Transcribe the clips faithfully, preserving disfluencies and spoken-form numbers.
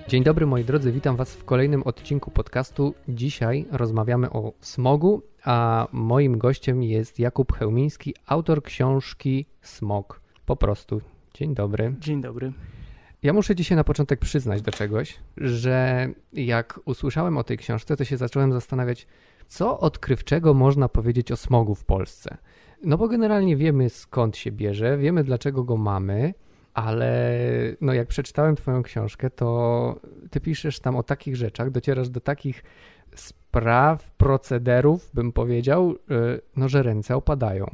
Dzień dobry moi drodzy, witam Was w kolejnym odcinku podcastu. Dzisiaj rozmawiamy o smogu, a moim gościem jest Jakub Chełmiński, autor książki Smog. Po prostu. Dzień dobry. Dzień dobry. Ja muszę dzisiaj na początek przyznać do czegoś, że jak usłyszałem o tej książce, to się zacząłem zastanawiać, co odkrywczego można powiedzieć o smogu w Polsce. No bo generalnie wiemy, skąd się bierze, wiemy, dlaczego go mamy, ale no jak przeczytałem twoją książkę, to ty piszesz tam o takich rzeczach, docierasz do takich spraw, procederów, bym powiedział, no że ręce opadają.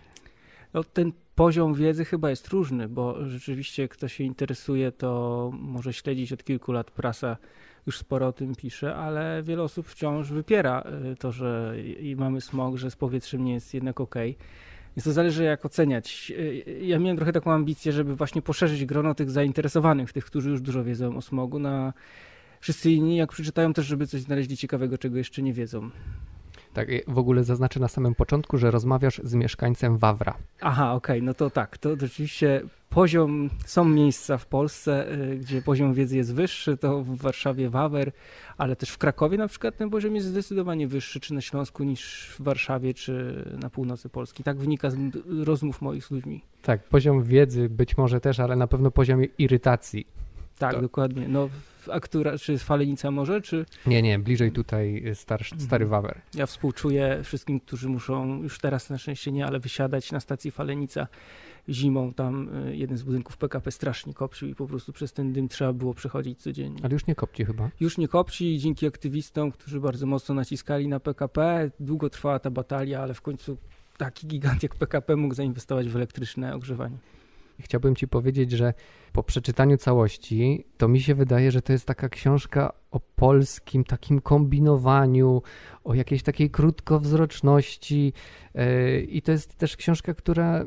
No, ten poziom wiedzy chyba jest różny, bo rzeczywiście kto się interesuje, to może śledzić od kilku lat, prasa już sporo o tym pisze, ale wiele osób wciąż wypiera to, że i mamy smog, że z powietrzem nie jest jednak okej. Więc to zależy, jak oceniać. Ja miałem trochę taką ambicję, żeby właśnie poszerzyć grono tych zainteresowanych, tych, którzy już dużo wiedzą o smogu, na wszyscy inni, jak przeczytają, też żeby coś znaleźli ciekawego, czego jeszcze nie wiedzą. Tak, w ogóle zaznaczę na samym początku, że rozmawiasz z mieszkańcem Wawra. Aha, okej, okay, no to tak, to rzeczywiście poziom, są miejsca w Polsce, gdzie poziom wiedzy jest wyższy, to w Warszawie Wawer, ale też w Krakowie na przykład ten poziom jest zdecydowanie wyższy, czy na Śląsku niż w Warszawie, czy na północy Polski. Tak wynika z rozmów moich z ludźmi. Tak, poziom wiedzy być może też, ale na pewno poziom irytacji. Tak, to... dokładnie. No, a która, czy Falenica może, czy... Nie, nie, bliżej tutaj starszy, stary Wawer. Ja współczuję wszystkim, którzy muszą, już teraz na szczęście nie, ale wysiadać na stacji Falenica zimą. Tam jeden z budynków P K P strasznie kopcił i po prostu przez ten dym trzeba było przechodzić codziennie. Ale już nie kopci chyba? Już nie kopci i dzięki aktywistom, którzy bardzo mocno naciskali na P K P, długo trwała ta batalia, ale w końcu taki gigant jak P K P mógł zainwestować w elektryczne ogrzewanie. Chciałbym ci powiedzieć, że po przeczytaniu całości, to mi się wydaje, że to jest taka książka o polskim takim kombinowaniu, o jakiejś takiej krótkowzroczności yy, i to jest też książka, która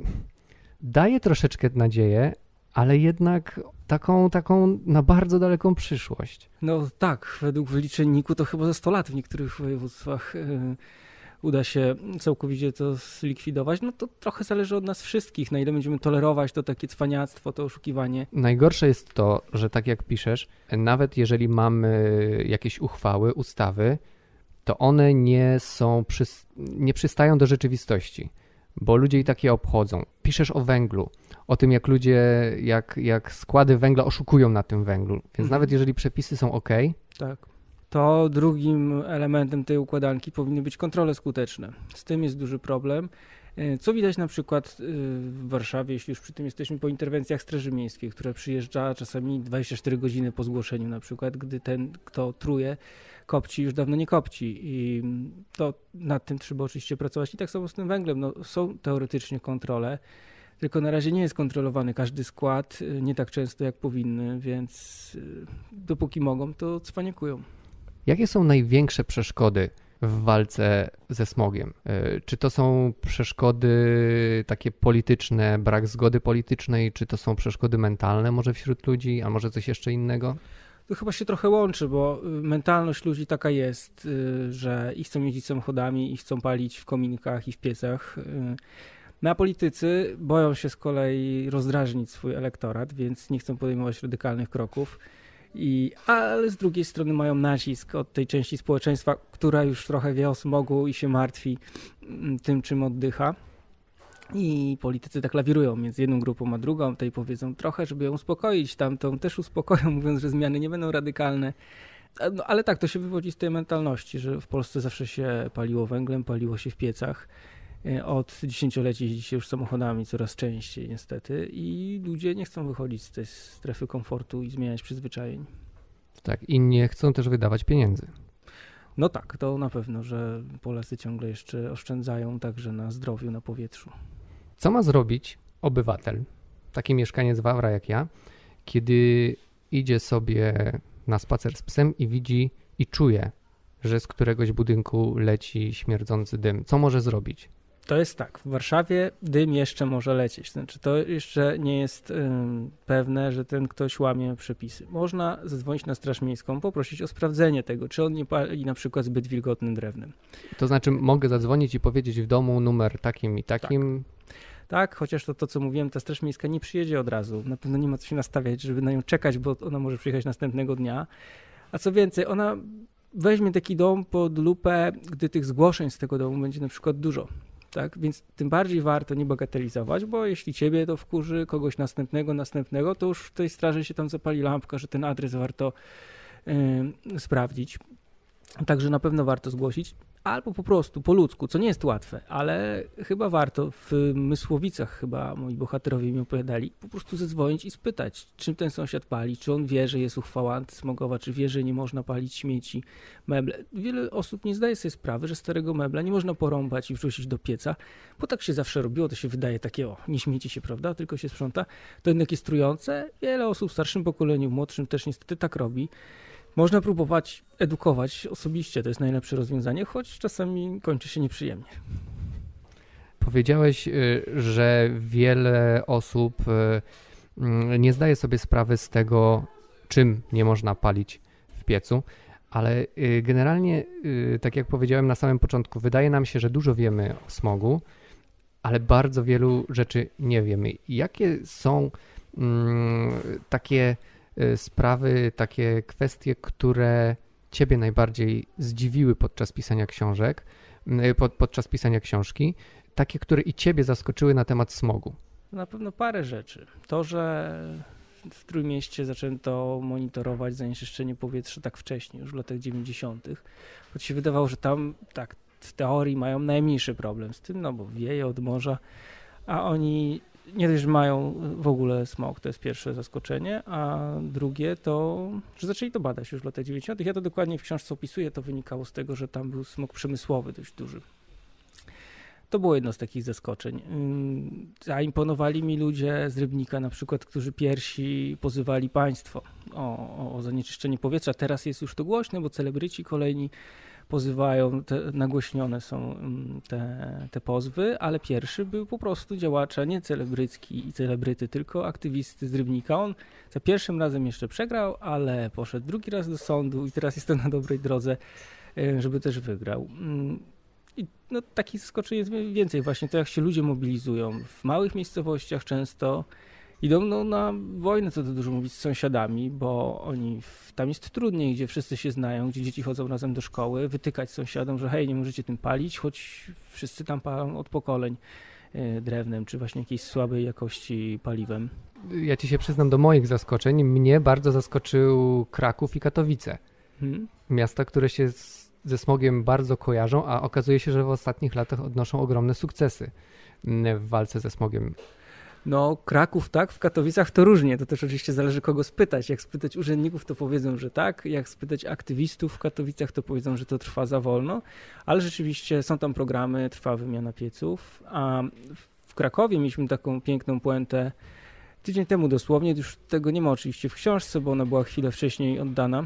daje troszeczkę nadzieję, ale jednak taką, taką na bardzo daleką przyszłość. No tak, według wyliczenniku to chyba za sto lat w niektórych województwach yy... uda się całkowicie to zlikwidować, no to trochę zależy od nas wszystkich, na ile będziemy tolerować to takie cwaniactwo, to oszukiwanie. Najgorsze jest to, że tak jak piszesz, nawet jeżeli mamy jakieś uchwały, ustawy, to one nie są, nie przystają do rzeczywistości, bo ludzie i tak je obchodzą. Piszesz o węglu, o tym jak ludzie, jak, jak składy węgla oszukują na tym węglu, więc mhm. nawet jeżeli przepisy są ok, tak. To drugim elementem tej układanki powinny być kontrole skuteczne. Z tym jest duży problem. Co widać na przykład w Warszawie, jeśli już przy tym jesteśmy, po interwencjach Straży Miejskiej, która przyjeżdża czasami dwadzieścia cztery godziny po zgłoszeniu na przykład, gdy ten, kto truje, kopci, już dawno nie kopci. I to nad tym trzeba oczywiście pracować. I tak samo z tym węglem. No, są teoretycznie kontrole, tylko na razie nie jest kontrolowany każdy skład, nie tak często jak powinny, więc dopóki mogą, to cwaniakują. Jakie są największe przeszkody w walce ze smogiem? Czy to są przeszkody takie polityczne, brak zgody politycznej, czy to są przeszkody mentalne może wśród ludzi, a może coś jeszcze innego? To chyba się trochę łączy, bo mentalność ludzi taka jest, że i chcą jeździć samochodami, i chcą palić w kominkach i w piecach. No a politycy boją się z kolei rozdrażnić swój elektorat, więc nie chcą podejmować radykalnych kroków. I, ale z drugiej strony mają nacisk od tej części społeczeństwa, która już trochę wie o smogu i się martwi tym, czym oddycha. I politycy tak lawirują między jedną grupą a drugą, tej powiedzą trochę, żeby ją uspokoić, tamtą też uspokoją, mówiąc, że zmiany nie będą radykalne. No, ale tak, to się wywodzi z tej mentalności, że w Polsce zawsze się paliło węglem, paliło się w piecach. Od dziesięcioleci jeździ się już samochodami coraz częściej niestety i ludzie nie chcą wychodzić z tej strefy komfortu i zmieniać przyzwyczajeń. Tak, i nie chcą też wydawać pieniędzy. No tak, to na pewno, że Polacy ciągle jeszcze oszczędzają także na zdrowiu, na powietrzu. Co ma zrobić obywatel, taki mieszkaniec Wawra jak ja, kiedy idzie sobie na spacer z psem i widzi i czuje, że z któregoś budynku leci śmierdzący dym? Co może zrobić? To jest tak, w Warszawie dym jeszcze może lecieć, znaczy to jeszcze nie jest ym, pewne, że ten ktoś łamie przepisy. Można zadzwonić na Straż Miejską, poprosić o sprawdzenie tego, czy on nie pali na przykład zbyt wilgotnym drewnem. To znaczy mogę zadzwonić i powiedzieć w domu numer takim i takim? Tak. tak? Chociaż to, to, co mówiłem, ta Straż Miejska nie przyjedzie od razu. Na pewno nie ma co się nastawiać, żeby na nią czekać, bo ona może przyjechać następnego dnia. A co więcej, ona weźmie taki dom pod lupę, gdy tych zgłoszeń z tego domu będzie na przykład dużo. Tak? Więc tym bardziej warto nie bagatelizować, bo jeśli ciebie to wkurzy, kogoś następnego, następnego, to już w tej straży się tam zapali lampka, że ten adres warto yy, sprawdzić. Także na pewno warto zgłosić. Albo po prostu po ludzku, co nie jest łatwe, ale chyba warto. W Mysłowicach chyba moi bohaterowie mi opowiadali, po prostu zadzwonić i spytać, czym ten sąsiad pali, czy on wie, że jest uchwała antysmogowa, czy wie, że nie można palić śmieci, meble. Wiele osób nie zdaje sobie sprawy, że starego mebla nie można porąbać i wrzucić do pieca, bo tak się zawsze robiło, to się wydaje takie, o, nie śmieci się, prawda, tylko się sprząta. To jednak jest trujące. Wiele osób w starszym pokoleniu, w młodszym też niestety tak robi. Można próbować edukować osobiście, to jest najlepsze rozwiązanie, choć czasami kończy się nieprzyjemnie. Powiedziałeś, że wiele osób nie zdaje sobie sprawy z tego, czym nie można palić w piecu, ale generalnie, tak jak powiedziałem na samym początku, wydaje nam się, że dużo wiemy o smogu, ale bardzo wielu rzeczy nie wiemy. Jakie są mm, takie sprawy, takie kwestie, które ciebie najbardziej zdziwiły podczas pisania książek, pod, podczas pisania książki, takie, które i ciebie zaskoczyły na temat smogu? Na pewno parę rzeczy. To, że w Trójmieście zaczęto monitorować zanieczyszczenie powietrza tak wcześnie, już w latach dziewięćdziesiątych, choć się wydawało, że tam tak w teorii mają najmniejszy problem z tym, no bo wieje od morza, a oni nie dość, że mają w ogóle smog, to jest pierwsze zaskoczenie, a drugie to, że zaczęli to badać już w latach dziewięćdziesiątych. Ja to dokładnie w książce opisuję, to wynikało z tego, że tam był smog przemysłowy dość duży. To było jedno z takich zaskoczeń. Zaimponowali mi ludzie z Rybnika na przykład, którzy pierwsi pozywali państwo o, o zanieczyszczenie powietrza. Teraz jest już to głośne, bo celebryci kolejni pozywają, te, nagłośnione są te, te pozwy, ale pierwszy był po prostu działacza nie celebrycki i celebryty, tylko aktywisty z Rybnika. On za pierwszym razem jeszcze przegrał, ale poszedł drugi raz do sądu i teraz jest to na dobrej drodze, żeby też wygrał. I no, takich zaskoczeń jest więcej właśnie, to jak się ludzie mobilizują. W małych miejscowościach często idą no, na wojnę, co tu dużo mówić, z sąsiadami, bo oni, tam jest trudniej, gdzie wszyscy się znają, gdzie dzieci chodzą razem do szkoły, wytykać sąsiadom, że hej, nie możecie tym palić, choć wszyscy tam palą od pokoleń drewnem, czy właśnie jakiejś słabej jakości paliwem. Ja ci się przyznam do moich zaskoczeń. Mnie bardzo zaskoczył Kraków i Katowice. Hmm? Miasta, które się z, ze smogiem bardzo kojarzą, a okazuje się, że w ostatnich latach odnoszą ogromne sukcesy w walce ze smogiem. No, Kraków tak, w Katowicach to różnie, to też oczywiście zależy kogo spytać. Jak spytać urzędników, to powiedzą, że tak, jak spytać aktywistów w Katowicach, to powiedzą, że to trwa za wolno, ale rzeczywiście są tam programy, trwa wymiana pieców, a w Krakowie mieliśmy taką piękną puentę tydzień temu dosłownie, już tego nie ma oczywiście w książce, bo ona była chwilę wcześniej oddana,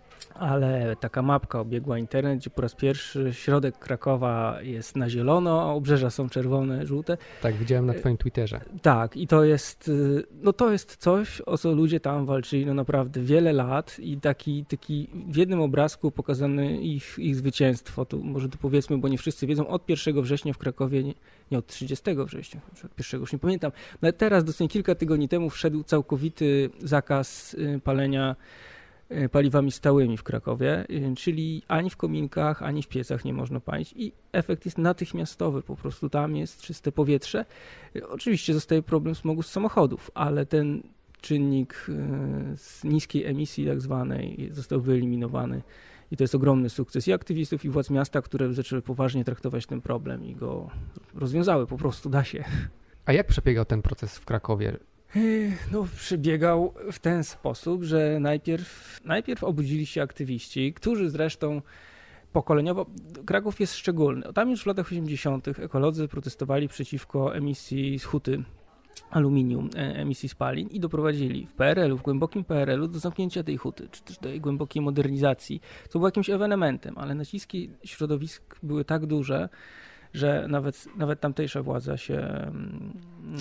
ale taka mapka obiegła internet, gdzie po raz pierwszy środek Krakowa jest na zielono, a obrzeża są czerwone, żółte. Tak, widziałem na twoim Twitterze. Tak, i to jest, no to jest coś, o co ludzie tam walczyli no naprawdę wiele lat i taki, taki w jednym obrazku pokazane ich, ich zwycięstwo. To może tu powiedzmy, bo nie wszyscy wiedzą, od pierwszego września w Krakowie, nie, nie od trzydziestego września, od pierwszego już nie pamiętam, no ale teraz dosłownie kilka tygodni temu wszedł całkowity zakaz palenia paliwami stałymi w Krakowie, czyli ani w kominkach, ani w piecach nie można palić i efekt jest natychmiastowy, po prostu tam jest czyste powietrze. Oczywiście zostaje problem smogu z samochodów, ale ten czynnik z niskiej emisji tak zwanej został wyeliminowany i to jest ogromny sukces i aktywistów i władz miasta, które zaczęły poważnie traktować ten problem i go rozwiązały, po prostu da się. A jak przebiegał ten proces w Krakowie? No, przebiegał w ten sposób, że najpierw, najpierw obudzili się aktywiści, którzy zresztą pokoleniowo, Kraków jest szczególny. Tam już w latach osiemdziesiątych ekolodzy protestowali przeciwko emisji z huty aluminium, emisji spalin i doprowadzili w P R L u, w głębokim P R L u do zamknięcia tej huty, czy też do jej głębokiej modernizacji, co było jakimś ewenementem, ale naciski środowisk były tak duże, że nawet, nawet tamtejsza władza się um,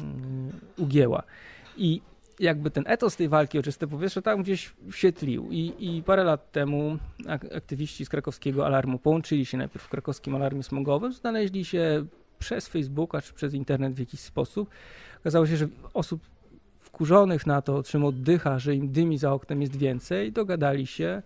ugięła. I jakby ten etos tej walki o czyste powietrze tam gdzieś się tlił. I, i parę lat temu ak- aktywiści z krakowskiego alarmu połączyli się najpierw w krakowskim alarmie smogowym, znaleźli się przez Facebooka czy przez internet w jakiś sposób. Okazało się, że osób wkurzonych na to, czym oddycha, że im dymi za oknem jest więcej, dogadali się.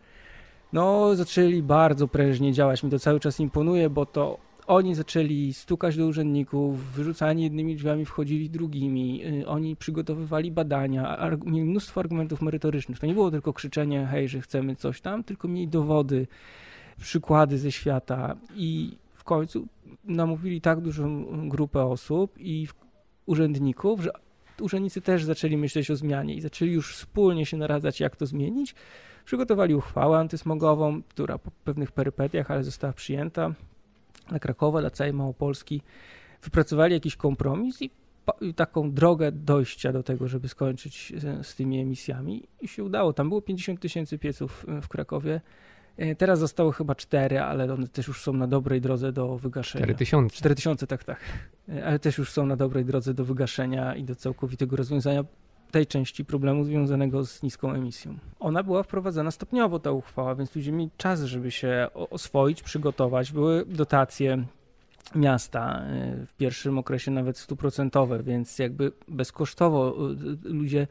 No, zaczęli bardzo prężnie działać. Mi to cały czas imponuje, bo to oni zaczęli stukać do urzędników, wyrzucani jednymi drzwiami, wchodzili drugimi. Oni przygotowywali badania, mieli mnóstwo argumentów merytorycznych. To nie było tylko krzyczenie, hej, że chcemy coś tam, tylko mieli dowody, przykłady ze świata i w końcu namówili tak dużą grupę osób i urzędników, że urzędnicy też zaczęli myśleć o zmianie i zaczęli już wspólnie się naradzać, jak to zmienić. Przygotowali uchwałę antysmogową, która po pewnych perypetiach, ale została przyjęta dla Krakowa, dla całej Małopolski. Wypracowali jakiś kompromis i, i taką drogę dojścia do tego, żeby skończyć z, z tymi emisjami i się udało. Tam było pięćdziesiąt tysięcy pieców w Krakowie. Teraz zostało chyba cztery, ale one też już są na dobrej drodze do wygaszenia. cztery tysiące. cztery tysiące, tak, tak. Ale też już są na dobrej drodze do wygaszenia i do całkowitego rozwiązania tej części problemu związanego z niską emisją. Ona była wprowadzana stopniowo, ta uchwała, więc ludzie mieli czas, żeby się oswoić, przygotować. Były dotacje miasta, w pierwszym okresie nawet stuprocentowe, więc jakby bezkosztowo ludzie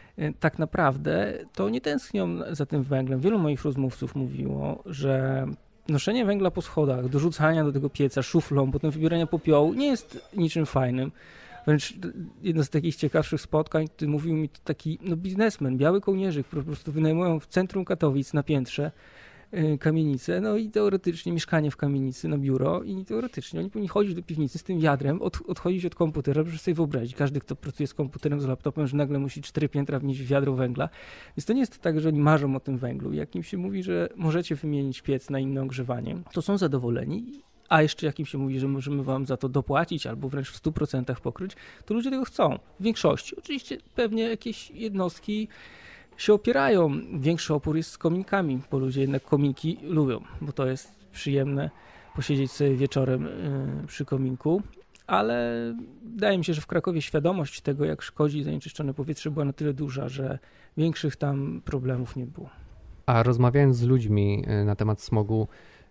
tak naprawdę to nie tęsknią za tym węglem. Wielu moich rozmówców mówiło, że noszenie węgla po schodach, dorzucania do tego pieca szuflą, potem wybierania popiołu nie jest niczym fajnym. Wręcz jedno z takich ciekawszych spotkań, który mówił mi to taki no, biznesmen, biały kołnierzyk, który po prostu wynajmują w centrum Katowic na piętrze yy, kamienicę, no i teoretycznie mieszkanie w kamienicy na biuro i teoretycznie oni powinni chodzić do piwnicy z tym wiadrem, od, odchodzić od komputera, proszę sobie wyobrazić, każdy, kto pracuje z komputerem, z laptopem, że nagle musi cztery piętra wnieść w wiadro węgla. Więc to nie jest tak, że oni marzą o tym węglu. Jak im się mówi, że możecie wymienić piec na inne ogrzewanie, to są zadowoleni. A jeszcze jak im się mówi, że możemy wam za to dopłacić albo wręcz w stu procentach pokryć, to ludzie tego chcą. W większości. Oczywiście pewnie jakieś jednostki się opierają. Większy opór jest z kominkami, bo ludzie jednak kominki lubią, bo to jest przyjemne posiedzieć sobie wieczorem yy, przy kominku. Ale wydaje mi się, że w Krakowie świadomość tego, jak szkodzi zanieczyszczone powietrze, była na tyle duża, że większych tam problemów nie było. A rozmawiając z ludźmi na temat smogu,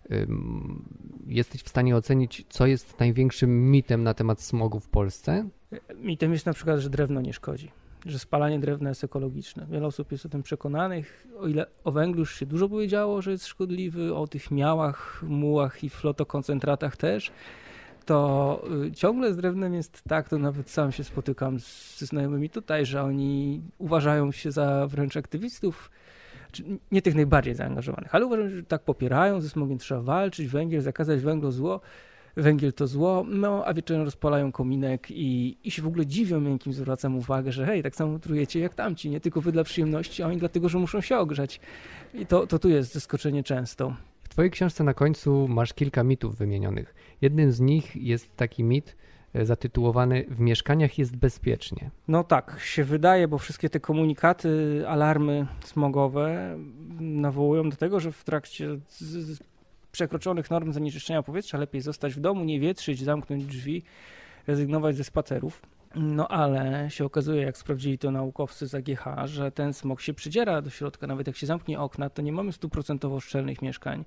jesteś w stanie ocenić, co jest największym mitem na temat smogu w Polsce? Mitem jest na przykład, że drewno nie szkodzi, że spalanie drewna jest ekologiczne. Wiele osób jest o tym przekonanych. O ile o węglu już się dużo powiedziało, że jest szkodliwy, o tych miałach, mułach i flotokoncentratach też, to ciągle z drewnem jest tak, to nawet sam się spotykam ze znajomymi tutaj, że oni uważają się za wręcz aktywistów, nie tych najbardziej zaangażowanych, ale uważam, że tak popierają, ze smogiem trzeba walczyć, węgiel, zakazać węgla zło, węgiel to zło, no a wieczorem rozpalają kominek i, i się w ogóle dziwią, jakim zwracam uwagę, że hej, tak samo trujecie jak tamci, nie tylko wy dla przyjemności, a oni dlatego, że muszą się ogrzać. I to, to tu jest zaskoczenie często. W twojej książce na końcu masz kilka mitów wymienionych. Jednym z nich jest taki mit zatytułowany "W mieszkaniach jest bezpiecznie". No tak, się wydaje, bo wszystkie te komunikaty, alarmy smogowe nawołują do tego, że w trakcie z, z przekroczonych norm zanieczyszczenia powietrza lepiej zostać w domu, nie wietrzyć, zamknąć drzwi, rezygnować ze spacerów. No ale się okazuje, jak sprawdzili to naukowcy z A G H, że ten smog się przydziera do środka, nawet jak się zamknie okna, to nie mamy stuprocentowo szczelnych mieszkań.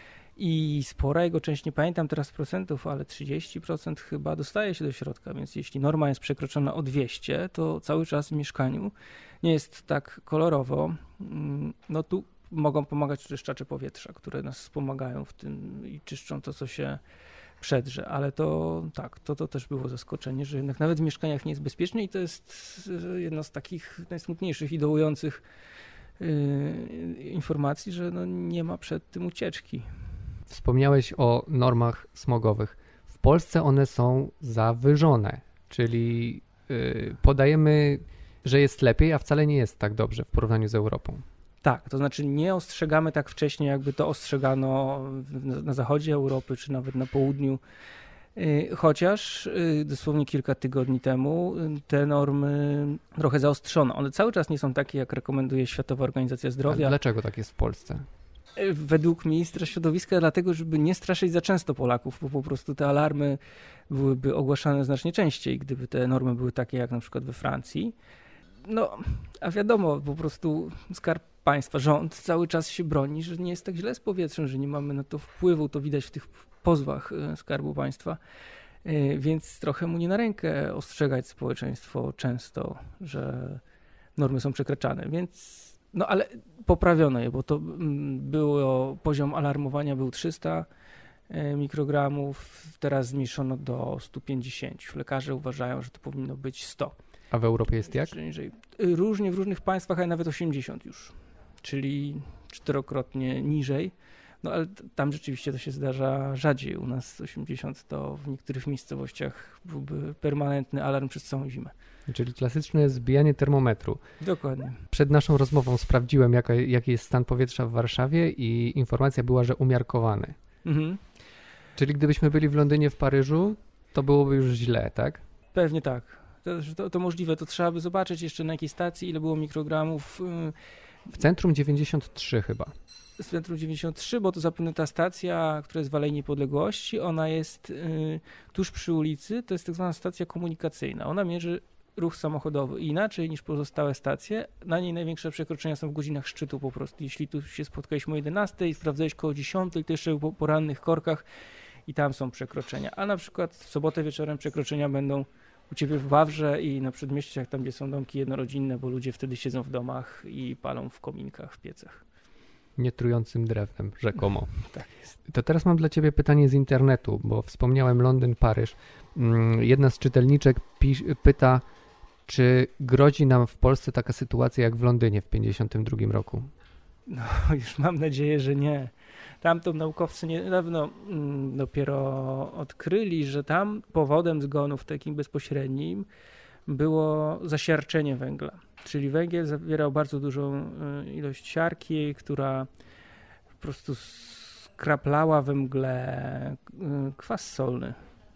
I spora jego część, nie pamiętam teraz procentów, ale trzydzieści procent chyba dostaje się do środka, więc jeśli norma jest przekroczona o dwieście, to cały czas w mieszkaniu nie jest tak kolorowo. No tu mogą pomagać czyszczacze powietrza, które nas wspomagają w tym i czyszczą to, co się przedrze, ale to tak, to, to też było zaskoczenie, że jednak nawet w mieszkaniach nie jest bezpiecznie i to jest jedna z takich najsmutniejszych i dołujących yy, informacji, że no nie ma przed tym ucieczki. Wspomniałeś o normach smogowych. W Polsce one są zawyżone, czyli yy, podajemy, że jest lepiej, a wcale nie jest tak dobrze w porównaniu z Europą. Tak, to znaczy nie ostrzegamy tak wcześnie, jakby to ostrzegano na, na zachodzie Europy, czy nawet na południu. Yy, chociaż yy, dosłownie kilka tygodni temu yy, te normy trochę zaostrzono. One cały czas nie są takie, jak rekomenduje Światowa Organizacja Zdrowia. A dlaczego tak jest w Polsce? Według ministra środowiska dlatego, żeby nie straszyć za często Polaków, bo po prostu te alarmy byłyby ogłaszane znacznie częściej, gdyby te normy były takie jak na przykład we Francji. No, a wiadomo, po prostu Skarb Państwa, rząd cały czas się broni, że nie jest tak źle z powietrzem, że nie mamy na to wpływu, to widać w tych pozwach Skarbu Państwa. więc trochę mu nie na rękę ostrzegać społeczeństwo często, że normy są przekraczane, więc no ale poprawiono je, bo to było, poziom alarmowania był trzysta mikrogramów, teraz zmniejszono do stu pięćdziesięciu. Lekarze uważają, że to powinno być sto. A w Europie jest jak? Różnie w różnych państwach, ale nawet osiemdziesiąt już, czyli czterokrotnie niżej. No ale tam rzeczywiście to się zdarza rzadziej. U nas osiemdziesiąt to w niektórych miejscowościach byłby permanentny alarm przez całą zimę. Czyli klasyczne zbijanie termometru. Dokładnie. Przed naszą rozmową sprawdziłem, jaka, jaki jest stan powietrza w Warszawie i informacja była, że umiarkowany. Mhm. Czyli gdybyśmy byli w Londynie, w Paryżu, to byłoby już źle, tak? Pewnie tak. To, to, to możliwe. To trzeba by zobaczyć jeszcze na jakiej stacji, ile było mikrogramów. W centrum dziewięćdziesiąt trzy chyba. W centrum dziewięćdziesiąt trzy, bo to zapewne ta stacja, która jest w Alei Niepodległości, ona jest y, tuż przy ulicy, to jest tak zwana stacja komunikacyjna. Ona mierzy ruch samochodowy inaczej niż pozostałe stacje. Na niej największe przekroczenia są w godzinach szczytu po prostu. Jeśli tu się spotkaliśmy o jedenastej i sprawdzałeś koło dziesiątej, to jeszcze po porannych korkach i tam są przekroczenia. A na przykład w sobotę wieczorem przekroczenia będą u ciebie w Wawrze i na przedmieściach, tam gdzie są domki jednorodzinne, bo ludzie wtedy siedzą w domach i palą w kominkach, w piecach. Nietrującym drewnem, rzekomo. Tak jest. To teraz mam dla ciebie pytanie z internetu, bo wspomniałem Londyn, Paryż. Jedna z czytelniczek pisz, pyta, czy grozi nam w Polsce taka sytuacja jak w Londynie w pięćdziesiątym drugim roku? No, już mam nadzieję, że nie. Tamto naukowcy niedawno mm, dopiero odkryli, że tam powodem zgonów takim bezpośrednim było zasiarczenie węgla. Czyli węgiel zawierał bardzo dużą y, ilość siarki, która po prostu skraplała we mgle y, kwas solny.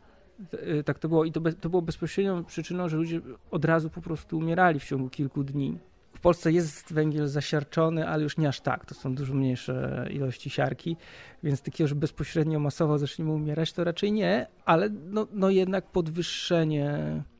Y, tak to było i to, be, to było bezpośrednią przyczyną, że ludzie od razu po prostu umierali w ciągu kilku dni. W Polsce jest węgiel zasiarczony, ale już nie aż tak. To są dużo mniejsze ilości siarki, więc takiego, że bezpośrednio masowo zaczniemy umierać, to raczej nie, ale no, no jednak podwyższenie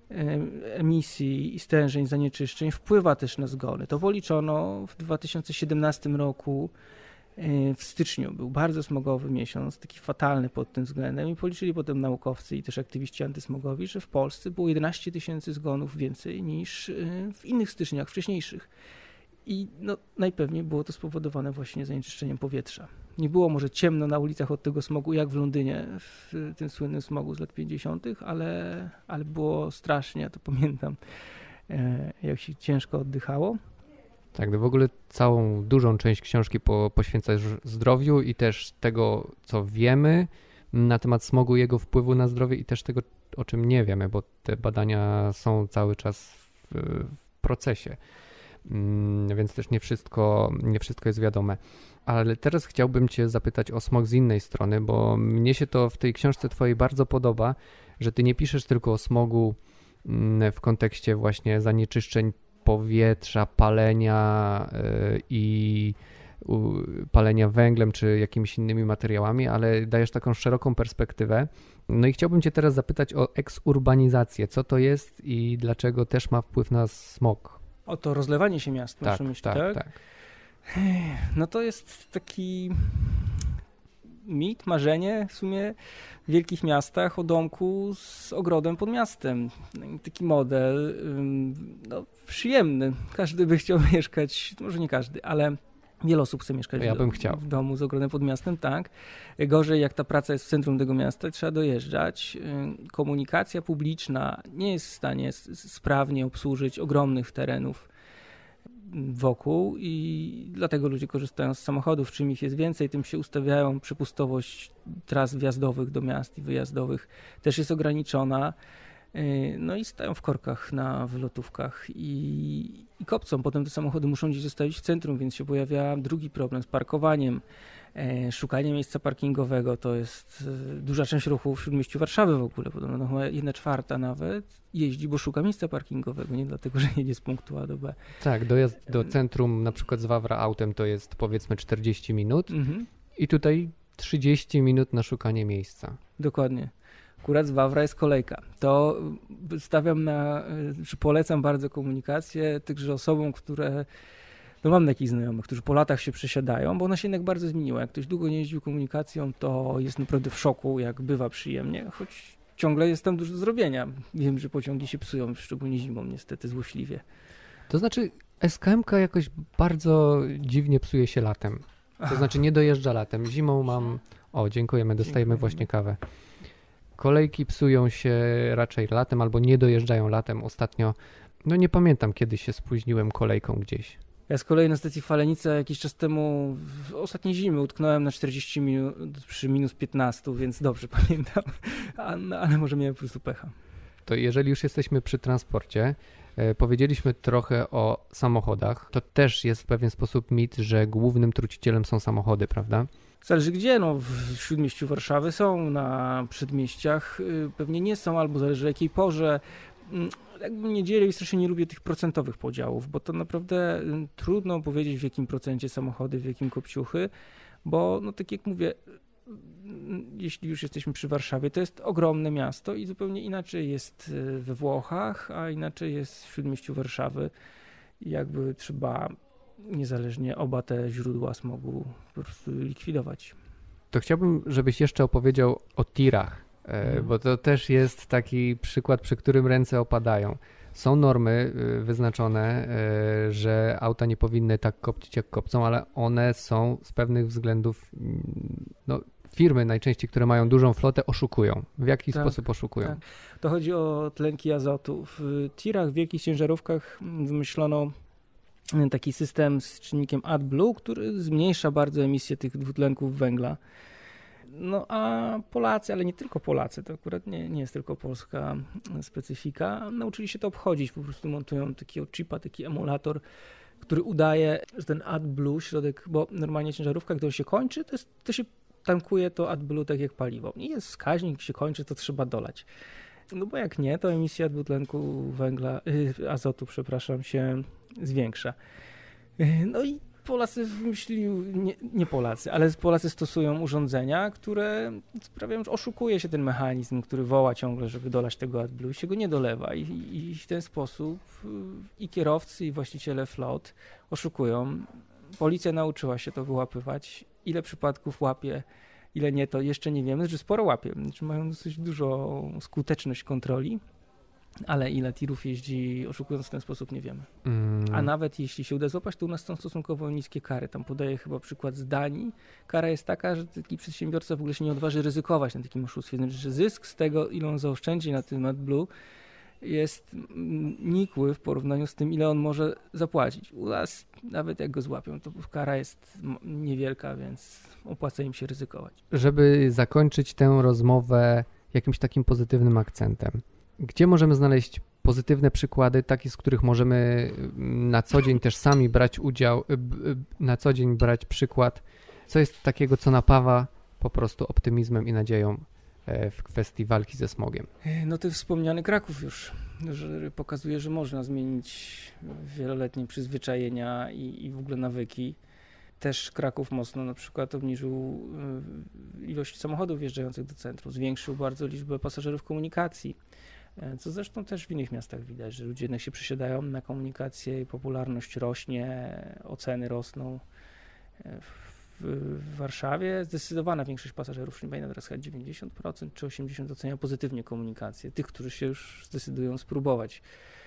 emisji i stężeń zanieczyszczeń wpływa też na zgony. To policzono w dwa tysiące siedemnastym roku. W styczniu był bardzo smogowy miesiąc, taki fatalny pod tym względem i policzyli potem naukowcy i też aktywiści antysmogowi, że w Polsce było jedenaście tysięcy zgonów więcej niż w innych styczniach wcześniejszych. I no, najpewniej było to spowodowane właśnie zanieczyszczeniem powietrza. Nie było może ciemno na ulicach od tego smogu, jak w Londynie, w tym słynnym smogu z lat pięćdziesiątych, ale, ale było strasznie, ja to pamiętam, jak się ciężko oddychało. Tak, no w ogóle całą dużą część książki po, poświęcasz zdrowiu i też tego, co wiemy na temat smogu, jego wpływu na zdrowie i też tego, o czym nie wiemy, bo te badania są cały czas w, w procesie, mm, więc też nie wszystko, nie wszystko jest wiadome. Ale teraz chciałbym cię zapytać o smog z innej strony, bo mnie się to w tej książce twojej bardzo podoba, że ty nie piszesz tylko o smogu mm, w kontekście właśnie zanieczyszczeń powietrza, palenia yy, i yy, palenia węglem czy jakimiś innymi materiałami, ale dajesz taką szeroką perspektywę. No i chciałbym cię teraz zapytać o eksurbanizację. Co to jest i dlaczego też ma wpływ na smog? O to rozlewanie się miast, masz na myśli, tak? Tak, tak. No to jest taki mit, marzenie w sumie w wielkich miastach o domku z ogrodem pod miastem. Taki model no, przyjemny. Każdy by chciał mieszkać, może nie każdy, ale wiele osób chce mieszkać ja w, bym chciał. w domu z ogrodem pod miastem, tak. Gorzej jak ta praca jest w centrum tego miasta, trzeba dojeżdżać. Komunikacja publiczna nie jest w stanie sprawnie obsłużyć ogromnych terenów wokół i dlatego ludzie korzystają z samochodów. Czym ich jest więcej, tym się ustawiają. Przepustowość tras wjazdowych do miast i wyjazdowych też jest ograniczona. No i stają w korkach na wylotówkach i, i kopcą. Potem te samochody muszą gdzieś zostawić w centrum, więc się pojawia drugi problem z parkowaniem. Szukanie miejsca parkingowego to jest duża część ruchu w śródmieściu Warszawy w ogóle, podobno no, chyba jedna czwarta nawet jeździ, bo szuka miejsca parkingowego, nie dlatego, że jedzie z punktu A do B. Tak, dojazd do centrum na przykład z Wawra autem to jest powiedzmy czterdzieści minut mhm. i tutaj trzydzieści minut na szukanie miejsca. Dokładnie. Akurat z Wawra jest kolejka. To stawiam na, czy polecam bardzo komunikację tychże osobom, które no mam takich znajomych, którzy po latach się przesiadają, bo ona się jednak bardzo zmieniła. Jak ktoś długo nie jeździł komunikacją, to jest naprawdę w szoku, jak bywa przyjemnie, choć ciągle jest tam dużo do zrobienia. Wiem, że pociągi się psują, szczególnie zimą niestety złośliwie. To znaczy S K M ka jakoś bardzo dziwnie psuje się latem. To znaczy nie dojeżdża latem. Zimą mam... O, dziękujemy, dostajemy Dziękujemy. właśnie kawę. Kolejki psują się raczej latem albo nie dojeżdżają latem. Ostatnio, no nie pamiętam kiedy się spóźniłem kolejką gdzieś. Ja z kolei na stacji Falenica jakiś czas temu w ostatniej zimy utknąłem na czterdzieści minut przy minus piętnaście, więc dobrze pamiętam, A, no, ale może miałem po prostu pecha. To jeżeli już jesteśmy przy transporcie, e, powiedzieliśmy trochę o samochodach. To też jest w pewien sposób mit, że głównym trucicielem są samochody, prawda? Zależy gdzie, no w śródmieściu Warszawy są, na przedmieściach y, pewnie nie są, albo zależy o jakiej porze. Mm, Jakbym nie dzielił i strasznie nie lubię tych procentowych podziałów, bo to naprawdę y, trudno powiedzieć w jakim procencie samochody, w jakim kopciuchy, bo no tak jak mówię, y, jeśli już jesteśmy przy Warszawie, to jest ogromne miasto i zupełnie inaczej jest y, we Włochach, a inaczej jest w śródmieściu Warszawy. I jakby trzeba niezależnie oba te źródła smogu po prostu likwidować. To chciałbym, żebyś jeszcze opowiedział o tirach, e, Mhm. bo to też jest taki przykład, przy którym ręce opadają. Są normy e, wyznaczone, e, że auta nie powinny tak kopcić jak kopcą, ale one są z pewnych względów, mm, no firmy najczęściej, które mają dużą flotę, oszukują. W jaki Tak, sposób oszukują? tak. To chodzi o tlenki azotu. W tirach, w wielkich ciężarówkach wymyślono taki system z czynnikiem AdBlue, który zmniejsza bardzo emisję tych dwutlenków węgla. No a Polacy, ale nie tylko Polacy, to akurat nie, nie jest tylko polska specyfika, nauczyli się to obchodzić, po prostu montują takiego chipa, taki emulator, który udaje, że ten AdBlue, środek, bo normalnie ciężarówka, gdy się kończy, to, jest, to się tankuje to AdBlue tak jak paliwo. Nie jest wskaźnik, się kończy, to trzeba dolać. No bo jak nie, to emisja dwutlenku węgla, yy, azotu, przepraszam, się zwiększa. Yy, no i Polacy wymyślili, nie, nie Polacy, ale Polacy stosują urządzenia, które sprawiają, że oszukuje się ten mechanizm, który woła ciągle, żeby dolać tego AdBlue, się go nie dolewa i, i w ten sposób i kierowcy, i właściciele flot oszukują. Policja nauczyła się to wyłapywać. Ile przypadków łapie, ile nie, to jeszcze nie wiemy, że sporo łapie. Znaczy mają dosyć dużą skuteczność kontroli, ale ile tirów jeździ oszukując w ten sposób nie wiemy. Mm. A nawet jeśli się uda złapać, to u nas są stosunkowo niskie kary. Tam podaję chyba przykład z Danii. Kara jest taka, że taki przedsiębiorca w ogóle się nie odważy ryzykować na takim oszustwie. Znaczy, że zysk z tego, ile on zaoszczędzi na tym AdBlue, jest nikły w porównaniu z tym, ile on może zapłacić. U nas nawet jak go złapią, to kara jest niewielka, więc opłaca im się ryzykować. Żeby zakończyć tę rozmowę jakimś takim pozytywnym akcentem, gdzie możemy znaleźć pozytywne przykłady, takie, z których możemy na co dzień też sami brać udział, na co dzień brać przykład, co jest takiego, co napawa po prostu optymizmem i nadzieją w kwestii walki ze smogiem? No to wspomniany Kraków już, że pokazuje, że można zmienić wieloletnie przyzwyczajenia i, i w ogóle nawyki. Też Kraków mocno na przykład obniżył ilość samochodów wjeżdżających do centrum, zwiększył bardzo liczbę pasażerów komunikacji, co zresztą też w innych miastach widać, że ludzie jednak się przesiadają na komunikację i popularność rośnie, oceny rosną. W Warszawie zdecydowana większość pasażerów, nie pamiętam teraz chyba dziewięćdziesiąt procent czy osiemdziesiąt procent ocenia pozytywnie komunikację, tych, którzy się już zdecydują spróbować.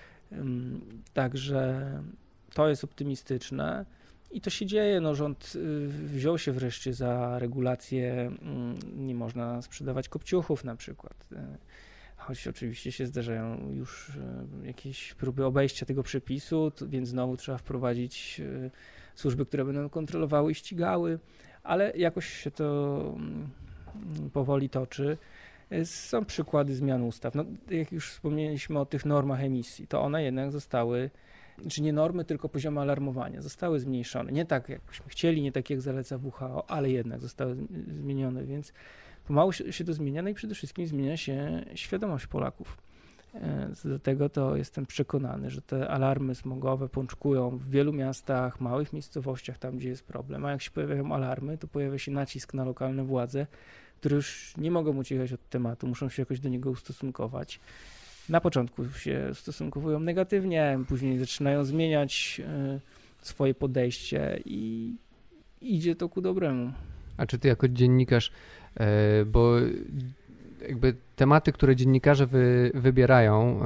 Także to jest optymistyczne i to się dzieje. No, rząd wziął się wreszcie za regulację, nie można sprzedawać kopciuchów na przykład. Choć oczywiście się zdarzają już jakieś próby obejścia tego przepisu, więc znowu trzeba wprowadzić służby, które będą kontrolowały i ścigały, ale jakoś się to powoli toczy. Są przykłady zmian ustaw. No, jak już wspomnieliśmy o tych normach emisji, to one jednak zostały, czy nie normy, tylko poziomy alarmowania, zostały zmniejszone. Nie tak, jakbyśmy chcieli, nie tak jak zaleca W H O, ale jednak zostały zmienione, więc pomału się to zmienia, no i przede wszystkim zmienia się świadomość Polaków. Co do tego to jestem przekonany, że te alarmy smogowe pączkują w wielu miastach, małych miejscowościach, tam gdzie jest problem, a jak się pojawiają alarmy, to pojawia się nacisk na lokalne władze, które już nie mogą uciekać od tematu, muszą się jakoś do niego ustosunkować. Na początku się ustosunkowują negatywnie, później zaczynają zmieniać swoje podejście i idzie to ku dobremu. A czy ty jako dziennikarz, bo jakby tematy, które dziennikarze wy, wybierają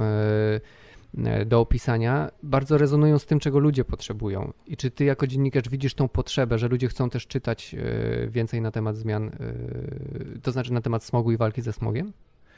yy, do opisania, bardzo rezonują z tym, czego ludzie potrzebują. I czy ty jako dziennikarz widzisz tą potrzebę, że ludzie chcą też czytać yy, więcej na temat zmian, yy, to znaczy na temat smogu i walki ze smogiem?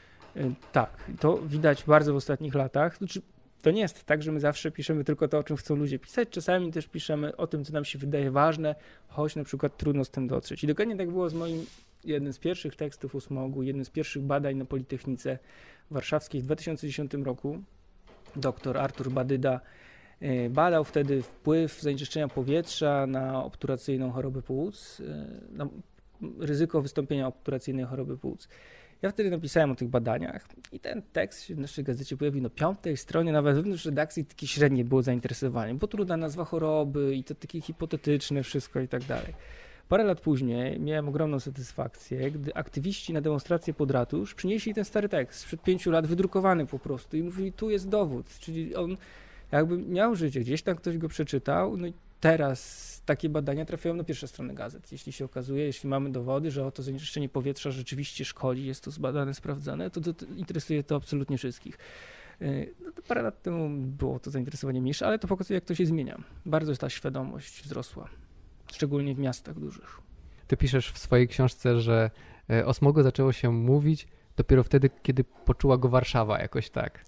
Tak, to widać bardzo w ostatnich latach. Znaczy, to nie jest tak, że my zawsze piszemy tylko to, o czym chcą ludzie pisać. Czasami też piszemy o tym, co nam się wydaje ważne, choć na przykład trudno z tym dotrzeć. I dokładnie tak było z moim jednym z pierwszych tekstów o smogu, jednym z pierwszych badań na Politechnice Warszawskiej w dwa tysiące dziesiątym roku. Doktor Artur Badyda badał wtedy wpływ zanieczyszczenia powietrza na obturacyjną chorobę płuc, na ryzyko wystąpienia obturacyjnej choroby płuc. Ja wtedy napisałem o tych badaniach i ten tekst się w naszej gazecie pojawił na piątej stronie, nawet wewnątrz redakcji takie średnie było zainteresowanie, bo trudna nazwa choroby i to takie hipotetyczne wszystko i tak dalej. Parę lat później miałem ogromną satysfakcję, gdy aktywiści na demonstrację pod ratusz przynieśli ten stary tekst sprzed pięciu lat, wydrukowany po prostu i mówili, tu jest dowód, czyli on jakby miał życie, gdzieś tam ktoś go przeczytał, no i teraz takie badania trafiają na pierwsze strony gazet. Jeśli się okazuje, jeśli mamy dowody, że oto zanieczyszczenie powietrza rzeczywiście szkodzi, jest to zbadane, sprawdzane, to, to, to interesuje to absolutnie wszystkich. No to parę lat temu było to zainteresowanie mniejsze, ale to pokazuje, jak to się zmienia. Bardzo ta świadomość wzrosła, szczególnie w miastach dużych. Ty piszesz w swojej książce, że o smogu zaczęło się mówić dopiero wtedy, kiedy poczuła go Warszawa jakoś tak.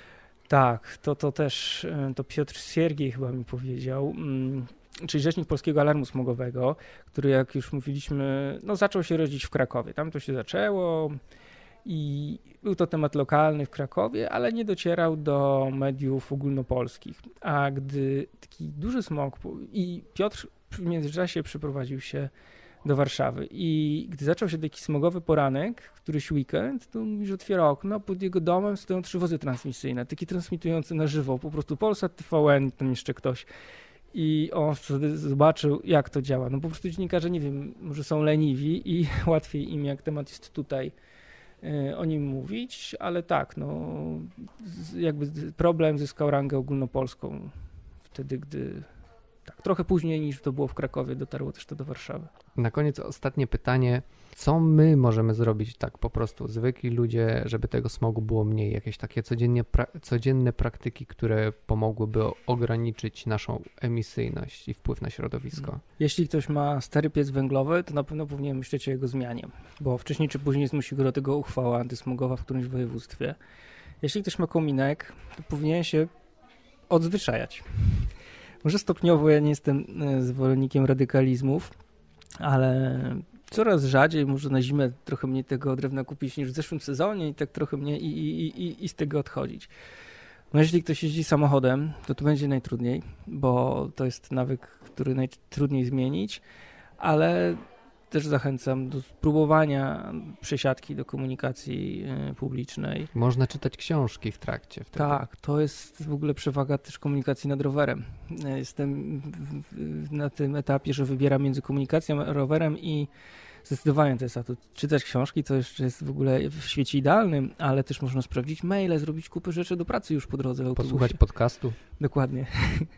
Tak, to, to też, to Piotr Siergiej chyba mi powiedział, czyli rzecznik Polskiego Alarmu Smogowego, który, jak już mówiliśmy, no zaczął się rodzić w Krakowie. Tam to się zaczęło i był to temat lokalny w Krakowie, ale nie docierał do mediów ogólnopolskich. A gdy taki duży smog i Piotr w międzyczasie przeprowadził się do Warszawy i gdy zaczął się taki smogowy poranek, któryś weekend, to mówi, że otwiera okno, pod jego domem stoją trzy wozy transmisyjne, takie transmitujące na żywo, po prostu Polsat, T V N, tam jeszcze ktoś. I on wtedy zobaczył, jak to działa. No po prostu dziennikarze, nie wiem, może są leniwi i łatwiej im, jak temat jest tutaj, y, o nim mówić, ale tak, no jakby problem zyskał rangę ogólnopolską wtedy, gdy tak, trochę później niż to było w Krakowie, dotarło też to do Warszawy. Na koniec ostatnie pytanie. Co my możemy zrobić tak po prostu, zwykli ludzie, żeby tego smogu było mniej? Jakieś takie codziennie pra- codzienne praktyki, które pomogłyby ograniczyć naszą emisyjność i wpływ na środowisko? Jeśli ktoś ma stary piec węglowy, to na pewno powinien myśleć o jego zmianie, bo wcześniej czy później zmusi go do tego uchwała antysmogowa w którymś województwie. Jeśli ktoś ma kominek, to powinien się odzwyczajać. Może stopniowo, ja nie jestem zwolennikiem radykalizmów, ale coraz rzadziej może na zimę trochę mniej tego drewna kupić niż w zeszłym sezonie i tak trochę mniej i, i, i, i z tego odchodzić. No jeśli ktoś jeździ samochodem, to to będzie najtrudniej, bo to jest nawyk, który najtrudniej zmienić, ale też zachęcam do spróbowania przesiadki do komunikacji publicznej. Można czytać książki w trakcie. Wtedy. Tak, to jest w ogóle przewaga też komunikacji nad rowerem. Jestem na tym etapie, że wybieram między komunikacją a rowerem i zdecydowanie to jest, a to czytać książki to jeszcze jest w ogóle w świecie idealnym, ale też można sprawdzić maile, zrobić kupę rzeczy do pracy już po drodze w autobusie. Posłuchać podcastu. Dokładnie.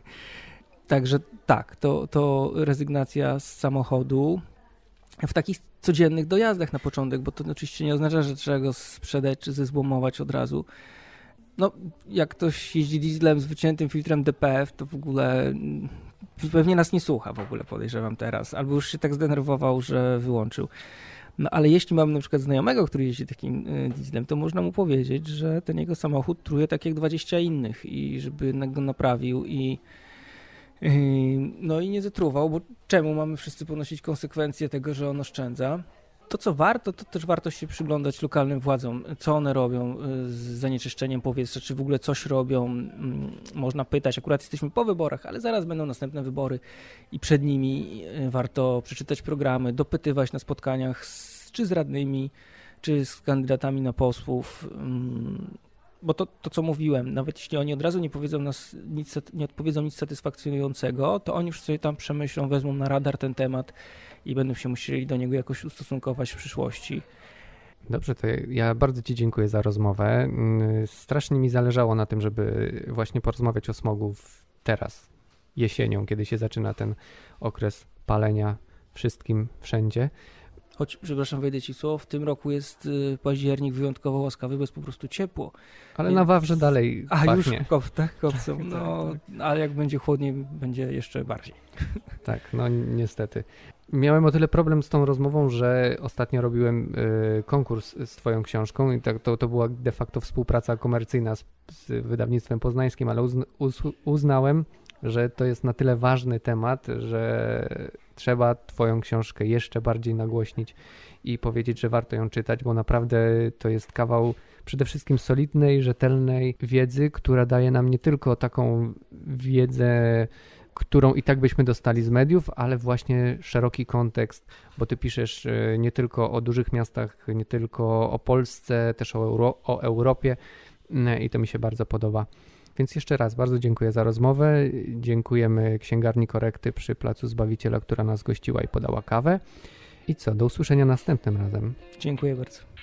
Także tak, to, to rezygnacja z samochodu w takich codziennych dojazdach na początek, bo to oczywiście nie oznacza, że trzeba go sprzedać czy zezłomować od razu. No, jak ktoś jeździ dieslem z wyciętym filtrem D P F, to w ogóle pewnie nas nie słucha w ogóle, podejrzewam teraz, albo już się tak zdenerwował, że wyłączył. No, ale jeśli mamy na przykład znajomego, który jeździ takim dieslem, to można mu powiedzieć, że ten jego samochód truje tak jak dwadzieścia innych i żeby jednak go naprawił i no i nie zatruwał, bo czemu mamy wszyscy ponosić konsekwencje tego, że on oszczędza? To, co warto, to też warto się przyglądać lokalnym władzom, co one robią z zanieczyszczeniem powietrza, czy w ogóle coś robią. Można pytać, akurat jesteśmy po wyborach, ale zaraz będą następne wybory i przed nimi warto przeczytać programy, dopytywać na spotkaniach z, czy z radnymi, czy z kandydatami na posłów. Bo to, to, co mówiłem, nawet jeśli oni od razu nie powiedzą nas nic, nie odpowiedzą nic satysfakcjonującego, to oni już sobie tam przemyślą, wezmą na radar ten temat i będą się musieli do niego jakoś ustosunkować w przyszłości. Dobrze, to ja bardzo Ci dziękuję za rozmowę. Strasznie mi zależało na tym, żeby właśnie porozmawiać o smogu teraz, jesienią, kiedy się zaczyna ten okres palenia wszystkim wszędzie. Choć, przepraszam, wejdę ci w słowo, w tym roku jest y, październik wyjątkowo łaskawy, bo jest po prostu ciepło. Ale Więc... na Wawrze dalej A pachnie. już kop, tak, kopcą. No, tak, tak. ale jak będzie chłodniej, będzie jeszcze bardziej. Tak, no niestety. Miałem o tyle problem z tą rozmową, że ostatnio robiłem y, konkurs z twoją książką i tak, to, to była de facto współpraca komercyjna z, z wydawnictwem poznańskim, ale uzn, uz, uznałem, że to jest na tyle ważny temat, że trzeba twoją książkę jeszcze bardziej nagłośnić i powiedzieć, że warto ją czytać, bo naprawdę to jest kawał przede wszystkim solidnej, rzetelnej wiedzy, która daje nam nie tylko taką wiedzę, którą i tak byśmy dostali z mediów, ale właśnie szeroki kontekst, bo ty piszesz nie tylko o dużych miastach, nie tylko o Polsce, też o, Euro, o Europie i to mi się bardzo podoba. Więc jeszcze raz bardzo dziękuję za rozmowę. Dziękujemy Księgarni Korekty przy Placu Zbawiciela, która nas gościła i podała kawę. I co, do usłyszenia następnym razem. Dziękuję bardzo.